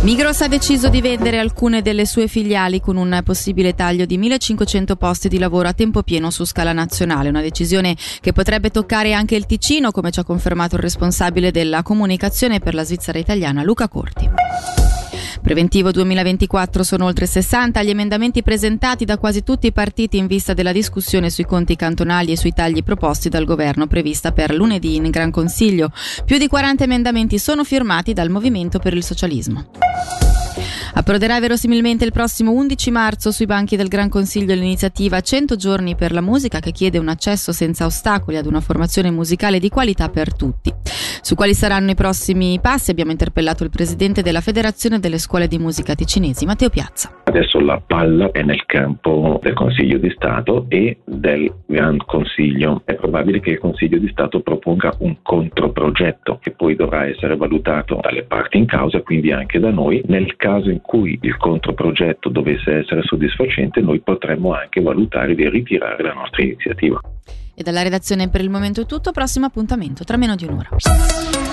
Migros ha deciso di vendere alcune delle sue filiali con un possibile taglio di 1.500 posti di lavoro a tempo pieno su scala nazionale, una decisione che potrebbe toccare anche il Ticino, come ci ha confermato il responsabile della comunicazione per la Svizzera italiana, Luca Corti. Preventivo 2024 sono oltre 60 gli emendamenti presentati da quasi tutti i partiti in vista della discussione sui conti cantonali e sui tagli proposti dal governo prevista per lunedì in Gran Consiglio. Più di 40 emendamenti sono firmati dal Movimento per il Socialismo. Approderà verosimilmente il prossimo 11 marzo sui banchi del Gran Consiglio l'iniziativa 100 giorni per la musica, che chiede un accesso senza ostacoli ad una formazione musicale di qualità per tutti. Su quali saranno i prossimi passi abbiamo interpellato il presidente della Federazione delle Scuole di Musica Ticinesi, Matteo Piazza. Adesso la palla è nel campo del Consiglio di Stato e del Gran Consiglio. È probabile che il Consiglio di Stato proponga un controprogetto che poi dovrà essere valutato dalle parti in causa, quindi anche da noi. Nel caso in cui il controprogetto dovesse essere soddisfacente, noi potremmo anche valutare di ritirare la nostra iniziativa. E dalla redazione per il momento è tutto, prossimo appuntamento tra meno di un'ora.